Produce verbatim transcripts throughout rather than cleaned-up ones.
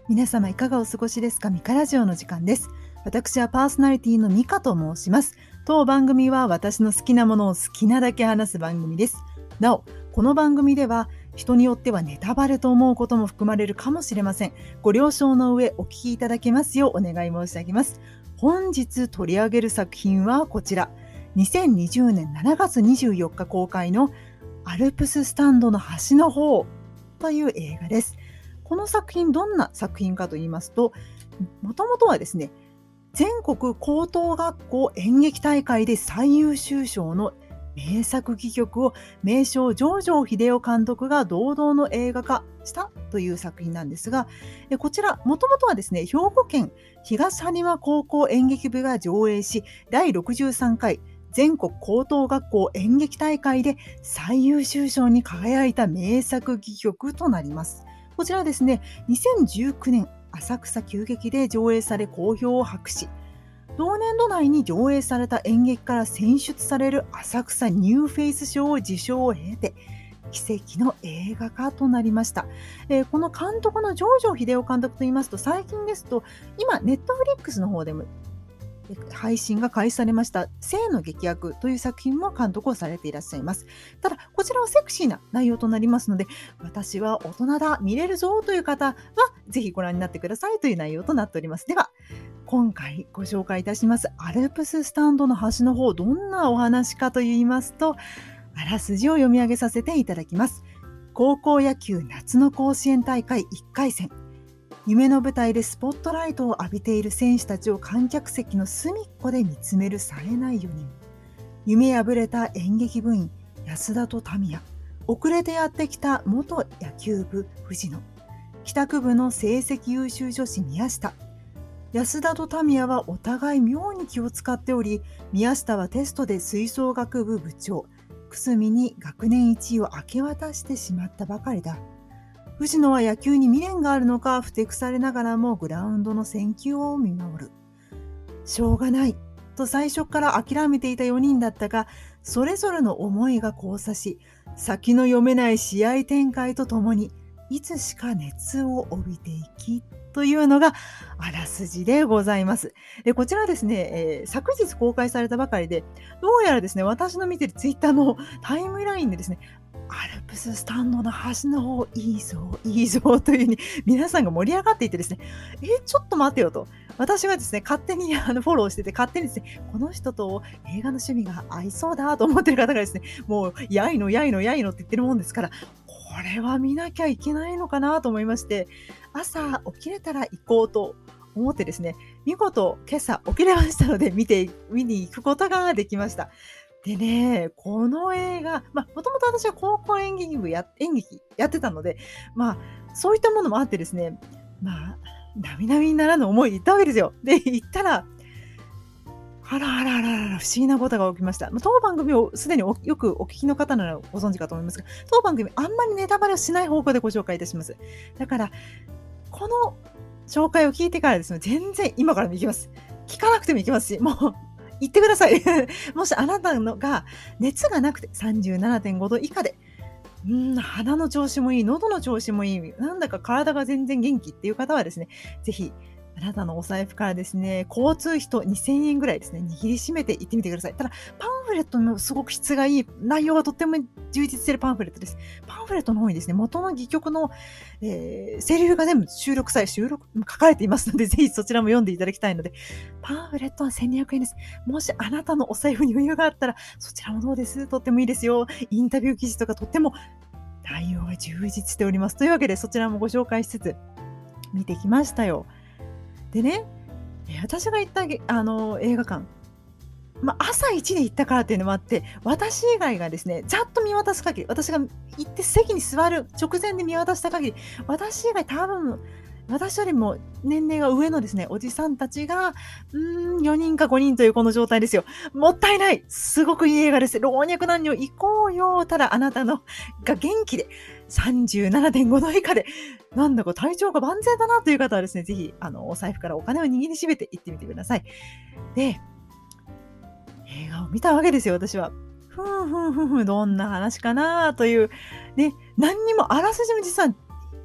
皆様いかがお過ごしですか？ミカラジオの時間です。私はパーソナリティのミカと申します。当番組は私の好きなものを好きなだけ話す番組です。なお、この番組では人によってはネタバレと思うことも含まれるかもしれません。ご了承の上お聞きいただけますようお願い申し上げます。本日取り上げる作品はこちら。にせんにじゅうねんしちがつにじゅうよっか公開のアルプススタンドの端の方という映画です。この作品どんな作品かと言いますと、もともとはですね、全国高等学校演劇大会で最優秀賞の名作戯曲を名将城城秀夫監督が堂々の映画化したという作品なんですが、こちらもともとはですね、兵庫県東播磨高校演劇部が上映し、だいろくじゅうさんかい全国高等学校演劇大会で最優秀賞に輝いた名作戯曲となります。こちらはですね、にせんじゅうきゅうねん浅草急劇で上映され好評を博し、同年度内に上映された演劇から選出される浅草ニューフェイス賞を受賞を経て、奇跡の映画化となりました。えーこの監督の城城秀夫監督といいますと、最近ですと今ネットフリックスの方でも配信が開始されました生の劇薬という作品も監督をされていらっしゃいます。ただこちらはセクシーな内容となりますので、私は大人だ見れるぞという方はぜひご覧になってくださいという内容となっております。では今回ご紹介いたしますアルプススタンドの端の方、どんなお話かといいますと、あらすじを読み上げさせていただきます。高校野球夏の甲子園大会いっかい戦、夢の舞台でスポットライトを浴びている選手たちを観客席の隅っこで見つめる冴えないよにん。夢破れた演劇部員安田と民也、遅れてやってきた元野球部藤野、帰宅部の成績優秀女子宮下。安田と民也はお互い妙に気を使っており、宮下はテストで吹奏楽部部長久住に学年いちいを明け渡してしまったばかりだ。藤野は野球に未練があるのか、ふてくされながらもグラウンドの選球を見守る。しょうがないと最初から諦めていたよにんだったが、それぞれの思いが交差し、先の読めない試合展開とともにいつしか熱を帯びていきというのがあらすじでございます。でこちらですね、えー昨日公開されたばかりで、どうやらですね、私の見てるツイッターのタイムラインでですね、アルプススタンドの端の方いいぞいいぞというふうに皆さんが盛り上がっていてですね、えちょっと待てよと、私がですね勝手にあのフォローしてて、勝手にですねこの人と映画の趣味が合いそうだと思ってる方がですね、もうやいのやいのやいのって言ってるもんですから、これは見なきゃいけないのかなと思いまして、朝起きれたら行こうと思ってですね、見事今朝起きれましたので見て見に行くことができました。でね、この映画、まあ、もともと私は高校演劇部や演劇やってたので、まあ、そういったものもあってですね、まあ、並々ならぬ思いで行ったわけですよ。で、行ったら、あらあらあらあら、不思議なことが起きました。まあ、当番組をすでにおよくお聞きの方ならご存知かと思いますが、当番組あんまりネタバレをしない方向でご紹介いたします。だから、この紹介を聞いてからですね、全然今からでも行きます。聞かなくても行きますし、もう行ってください。もしあなたのが熱がなくて さんじゅうななてんごど以下で、うーん、鼻の調子もいい、喉の調子もいい、なんだか体が全然元気っていう方はですね、ぜひあなたのお財布からですね、交通費とにせんえんぐらいですね、握りしめて行ってみてください。ただ、パンフレットもすごく質がいい、内容がとっても充実しているパンフレットです。パンフレットの方にですね、元の戯曲の、えー、セリフが全部収録され、収録、書かれていますので、ぜひそちらも読んでいただきたいので、パンフレットはせんにひゃくえんです。もしあなたのお財布に余裕があったら、そちらもどうです？とってもいいですよ。インタビュー記事とかとっても内容が充実しております。というわけで、そちらもご紹介しつつ、見てきましたよ。でね、私が行ったあの映画館、まあ、朝一で行ったからっていうのもあって、私以外がですね、ざっと見渡す限り、私が行って席に座る直前で見渡した限り、私以外多分、私よりも年齢が上のですね、おじさんたちが、うーん、よにんかごにんというこの状態ですよ。もったいない。すごくいい映画です。老若男女行こうよ。ただあなたのが元気で、さんじゅうななてんごど以下で、なんだか体調が万全だなという方はですね、ぜひ、あの、お財布からお金を握りしめて行ってみてください。で、映画を見たわけですよ、私は。ふんふんふんふん、どんな話かなという、ね、何にもあらすじも実は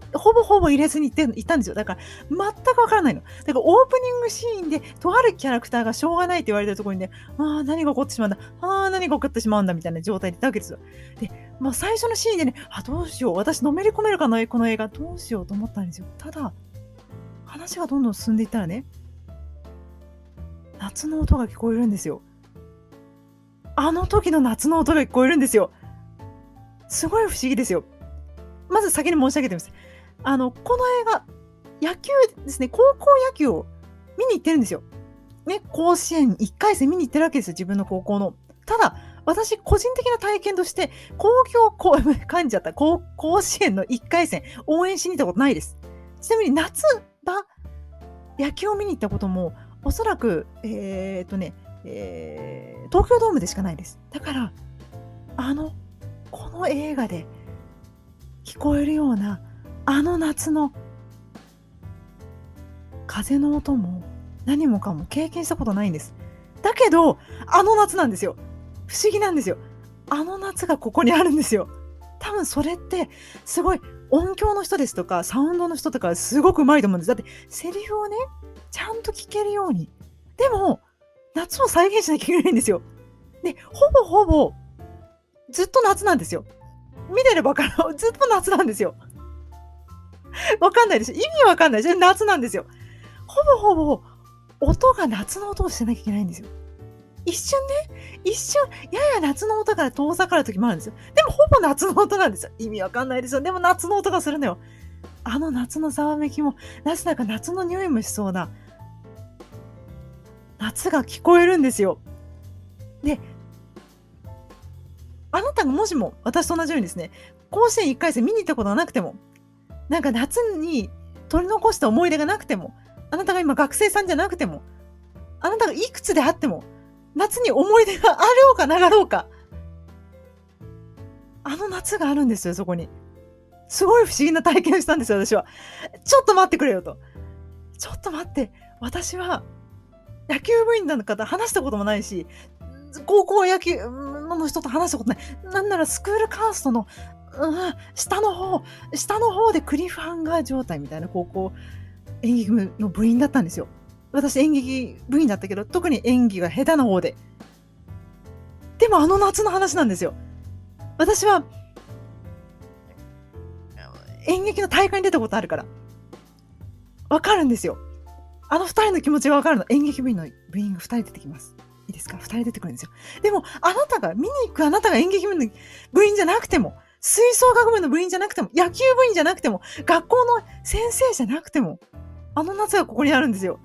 ほぼほぼ入れずに行って行ったんですよ。だから全くわからないの。だからオープニングシーンでとあるキャラクターがしょうがないって言われてるところにね、ああ、何が起こってしまうんだ、ああ、何が起こってしまうんだみたいな状態でいたわけですよ。で、まあ、最初のシーンでね、あ、どうしよう、私のめり込めるかな、この映画、どうしようと思ったんですよ。ただ、話がどんどん進んでいったらね、夏の音が聞こえるんですよ。あの時の夏の音が聞こえるんですよ。すごい不思議ですよ。まず先に申し上げてみます。あの、この映画、野球ですね、高校野球を見に行ってるんですよ。ね、甲子園いっかい戦見に行ってるわけですよ、自分の高校の。ただ、私、個人的な体験として、工業、こう、噛んじゃった、甲甲子園のいっかい戦、応援しに行ったことないです。ちなみに夏場、野球を見に行ったことも、おそらく、えーっとね、えー東京ドームでしかないです。だから、あの、この映画で聞こえるような、あの夏の風の音も何もかも経験したことないんです。だけど、あの夏なんですよ。不思議なんですよ。あの夏がここにあるんですよ。多分それってすごい音響の人ですとかサウンドの人とかすごくうまいと思うんです。だってセリフをね、ちゃんと聞けるように。でも、夏を再現しなきゃいけないんですよ。で、ほぼほぼずっと夏なんですよ。見てればわかる。ずっと夏なんですよ。わかんないでしょ。意味わかんないでしょ。夏なんですよ。ほぼほぼ音が夏の音をしてなきゃいけないんですよ。一瞬ね、一瞬、やや夏の音から遠ざかる時もあるんですよ。でもほぼ夏の音なんですよ。意味わかんないですよ。でも夏の音がするのよ。あの夏のざわめきも、なぜだか夏の匂いもしそうな、夏が聞こえるんですよ。で、あなたがもしも私と同じようにですね、甲子園いっかい戦見に行ったことがなくても、なんか夏に取り残した思い出がなくても、あなたが今学生さんじゃなくても、あなたがいくつであっても、夏に思い出があろうかなかろうか、あの夏があるんですよ、そこに。すごい不思議な体験をしたんですよ、私は。ちょっと待ってくれよと。ちょっと待って、私は野球部員の方話したこともないし、高校野球の人と話したことない。なんならスクールカーストの、うん、下の方、下の方でクリフハンガー状態みたいな高校演劇部の部員だったんですよ。私演劇部員だったけど、特に演技が下手な方で。でもあの夏の話なんですよ。私は演劇の大会に出たことあるから、わかるんですよ。あの二人の気持ちがわかるの。演劇部員の部員が二人出てきます。いいですか？二人出てくるんですよ。でも、あなたが、見に行くあなたが演劇部の部員じゃなくても、吹奏楽部の部員じゃなくても、野球部員じゃなくても、学校の先生じゃなくても、あの夏がここにあるんですよ。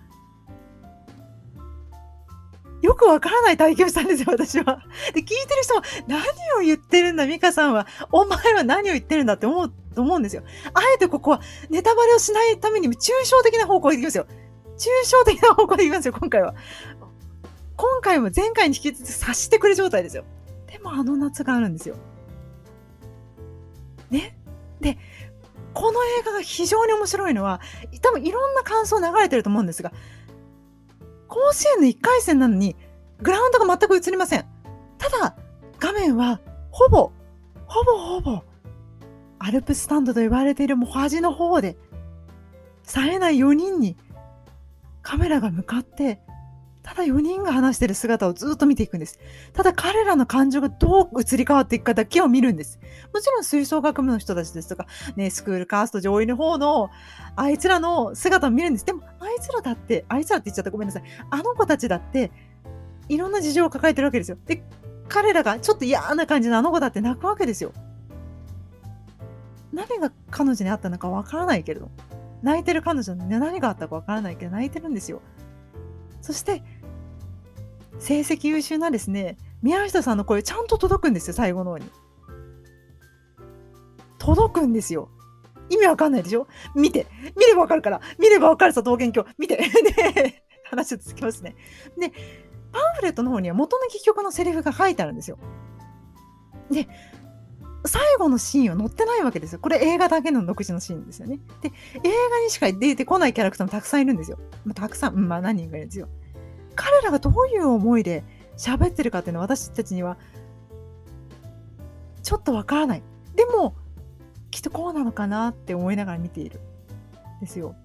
よくわからない体験をしたんですよ、私は。で、聞いてる人は、何を言ってるんだ、ミカさんは。お前は何を言ってるんだって思う、と思うんですよ。あえてここは、ネタバレをしないために、抽象的な方向でいきますよ。抽象的な方向でいきますよ、今回は。今回も前回に引き続き察してくる状態ですよ。でもあの夏があるんですよ。ね。で、この映画が非常に面白いのは、多分いろんな感想流れてると思うんですが、甲子園のいっかい戦なのに、グラウンドが全く映りません。ただ、画面は、ほぼ、ほぼほぼ、アルプススタンドと言われているもう端の方で、冴えないよにんにカメラが向かって、ただよにんが話している姿をずっと見ていくんです。ただ彼らの感情がどう移り変わっていくかだけを見るんです。もちろん吹奏楽部の人たちですとか、ね、スクールカースト上位の方のあいつらの姿を見るんです。でもあいつらだって、あいつらって言っちゃったごめんなさい。あの子たちだっていろんな事情を抱えてるわけですよ。で、彼らがちょっと嫌な感じのあの子だって泣くわけですよ。何が彼女にあったのかわからないけれど、泣いてる彼女に何があったかわからないけど泣いてるんですよ。そして成績優秀なですね、宮下さんの声ちゃんと届くんですよ、最後の方に。届くんですよ。意味わかんないでしょ？見て。見ればわかるから。見ればわかるさ、桃源郷。見て。で、話を続きますね。で、パンフレットの方には元の戯曲のセリフが書いてあるんですよ。で、最後のシーンは載ってないわけですよ。これ映画だけの独自のシーンですよね。で、映画にしか出てこないキャラクターもたくさんいるんですよ。まあ、たくさん、まあ何人かいるんですよ。彼らがどういう思いで喋ってるかっていうのは私たちにはちょっとわからない。でもきっとこうなのかなって思いながら見ているんですよ。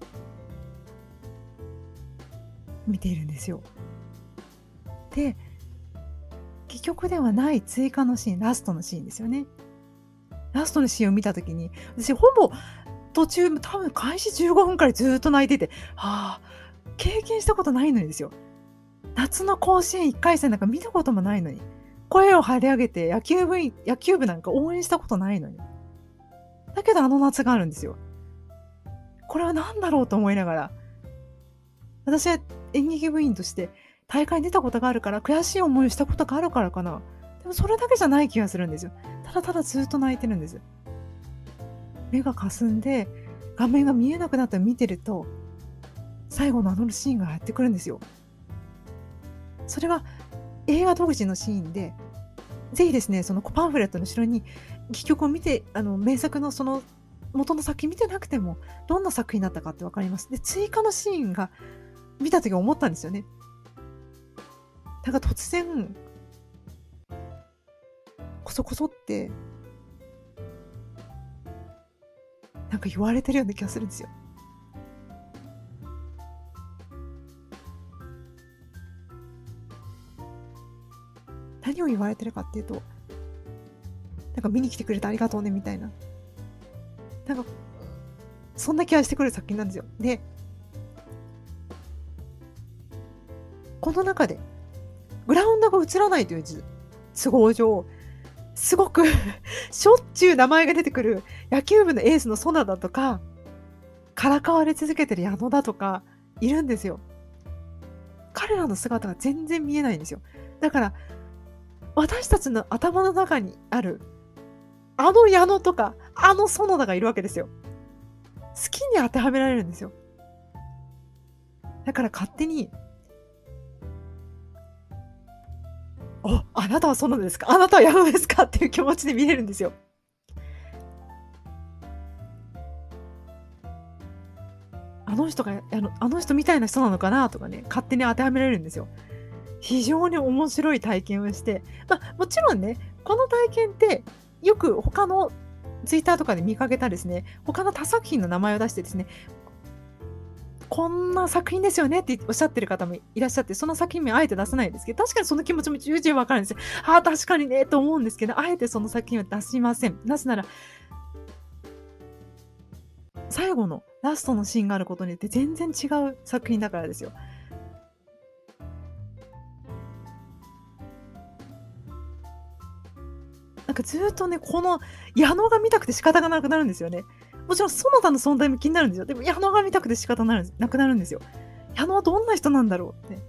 見ているんですよ。で、戯曲ではない追加のシーン、ラストのシーンですよね。ラストのシーンを見た時に、私ほぼ途中、多分開始じゅうごふんからずっと泣いてて、はあ、経験したことないのにですよ。夏の甲子園いっかい戦なんか見たこともないのに、声を張り上げて野球部員野球部なんか応援したことないのに。だけどあの夏があるんですよ。これは何だろうと思いながら、私は演劇部員として大会に出たことがあるから、悔しい思いをしたことがあるからかな。でもそれだけじゃない気がするんですよ。ただただずっと泣いてるんです。目が霞んで、画面が見えなくなって見てると、最後のあのシーンがやってくるんですよ。それは映画独自のシーンで、ぜひですね、そのパンフレットの後ろに戯曲を見て、あの名作のその元の作品見てなくても、どんな作品だったかってわかります。で、追加のシーンが見た時思ったんですよね。だから突然、こそこそって、なんか言われてるような気がするんですよ。何を言われてるかっていうと、なんか見に来てくれてありがとうねみたいな。なんか、そんな気がしてくる作品なんですよ。で、この中で、グラウンドが映らないという都合上、すごくしょっちゅう名前が出てくる野球部のエースの園田とか、からかわれ続けてる矢野だとか、いるんですよ。彼らの姿が全然見えないんですよ。だから、私たちの頭の中にある、あの矢野とか、あの園田がいるわけですよ。好きに当てはめられるんですよ。だから勝手に、お、あなたは園田ですか、あなたは矢野ですかっていう気持ちで見れるんですよ。あの人が、あのあの人みたいな人なのかなとかね、勝手に当てはめられるんですよ。非常に面白い体験をして、まあ、もちろんね、この体験ってよく他のツイッターとかで見かけたですね、他の他作品の名前を出してですね、こんな作品ですよねっておっしゃってる方もいらっしゃって、その作品名あえて出さないですけど、確かにその気持ちも重々わかるんですよ。ああ、確かにねと思うんですけど、あえてその作品は出しません。なぜなら、最後のラストのシーンがあることによって全然違う作品だからですよ。なんかずっとね、この矢野が見たくて仕方がなくなるんですよね。もちろん園田の存在も気になるんですよ。でも矢野が見たくて仕方なるなくなるんですよ。矢野はどんな人なんだろうって。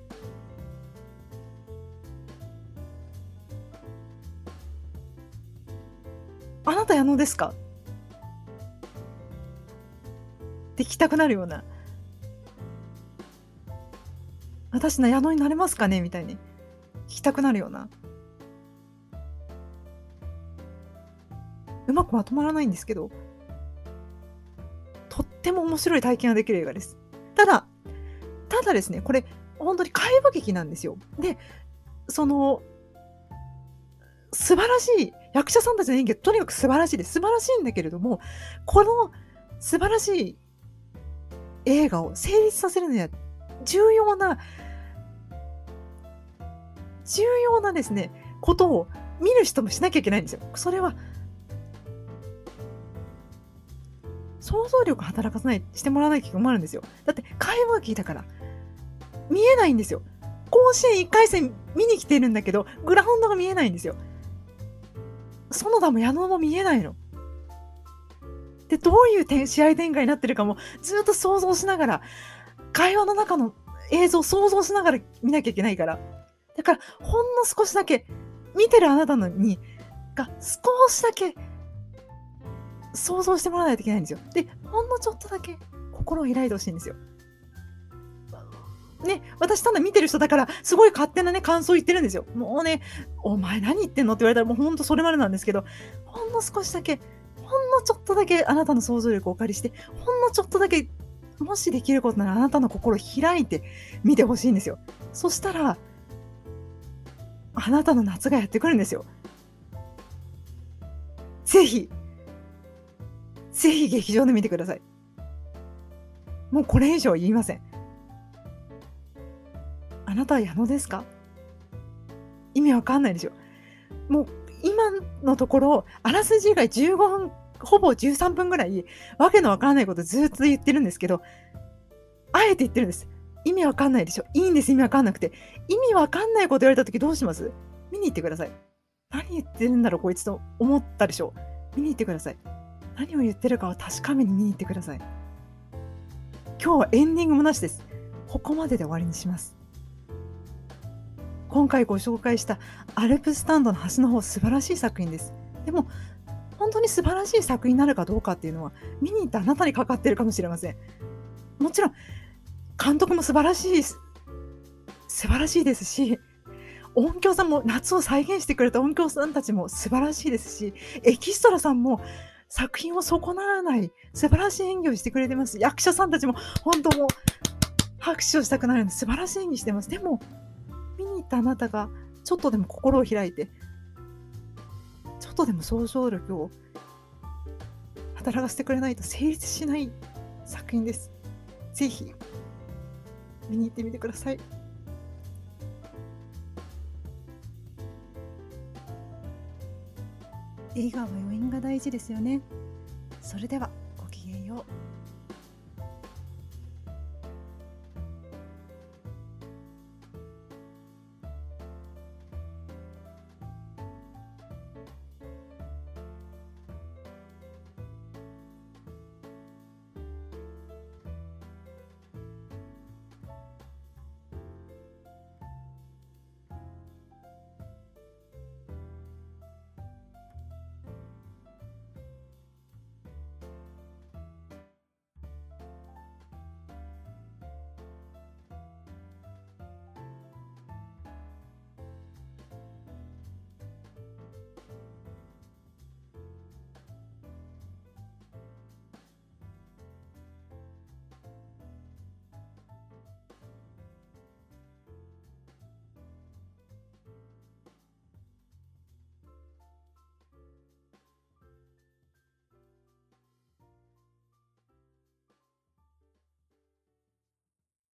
あなた矢野ですかって聞きたくなるような。私の矢野になれますかねみたいに聞きたくなるような。うまくまとまらないんですけど、とっても面白い体験ができる映画です。ただ、ただですね、これ本当に会話劇なんですよ。で、その素晴らしい役者さんたちの演技はとにかく素晴らしいです。素晴らしいんだけれども、この素晴らしい映画を成立させるには重要な重要なですね、ことを見る人もしなきゃいけないんですよ。それは想像力働かさないしてもらわなきゃ困るんですよ。だって会話劇だから見えないんですよ。甲子園いっかい戦見に来てるんだけど、グラウンドが見えないんですよ。園田も矢野も見えないの。で、どういうて試合展開になってるかもずっと想像しながら、会話の中の映像を想像しながら見なきゃいけないから。だから、ほんの少しだけ、見てるあなたのにが少しだけ想像してもらわないといけないんですよ。で、ほんのちょっとだけ心を開いてほしいんですよ。ね、私ただ見てる人だから、すごい勝手なね、感想言ってるんですよ。もうね、お前何言ってんのって言われたらもうほんとそれまでなんですけど、ほんの少しだけ、ほんのちょっとだけあなたの想像力をお借りして、ほんのちょっとだけ、もしできることならあなたの心を開いて見てほしいんですよ。そしたら、あなたの夏がやってくるんですよ。ぜひ、 ぜひ劇場で見てください。もうこれ以上言いません。あなたは矢野ですか？意味わかんないでしょ。もう今のところ、あらすじ以外じゅうごふん、ほぼじゅうさんぷんぐらい、わけのわからないことずっと言ってるんですけど、あえて言ってるんです。意味わかんないでしょ。いいんです、意味わかんなくて。意味わかんないこと言われた時どうします？見に行ってください。何言ってるんだろうこいつと思ったでしょ。見に行ってください。何を言ってるかを確かめに見に行ってください。今日はエンディングもなしです。ここまでで終わりにします。今回ご紹介したアルプススタンドの端の方、素晴らしい作品です。でも本当に素晴らしい作品になるかどうかっていうのは、見に行ったあなたにかかっているかもしれません。もちろん監督も素晴らしい素晴らしいですし、音響さんも夏を再現してくれた音響さんたちも素晴らしいですし、エキストラさんも作品を損なわない素晴らしい演技をしてくれてます。役者さんたちも本当もう拍手をしたくなるような素晴らしい演技してます。でも見に行ったあなたがちょっとでも心を開いて、ちょっとでも想像力を働かせてくれないと成立しない作品です。ぜひ見に行ってみてください。映画は余韻が大事ですよね。それではごきげんよう。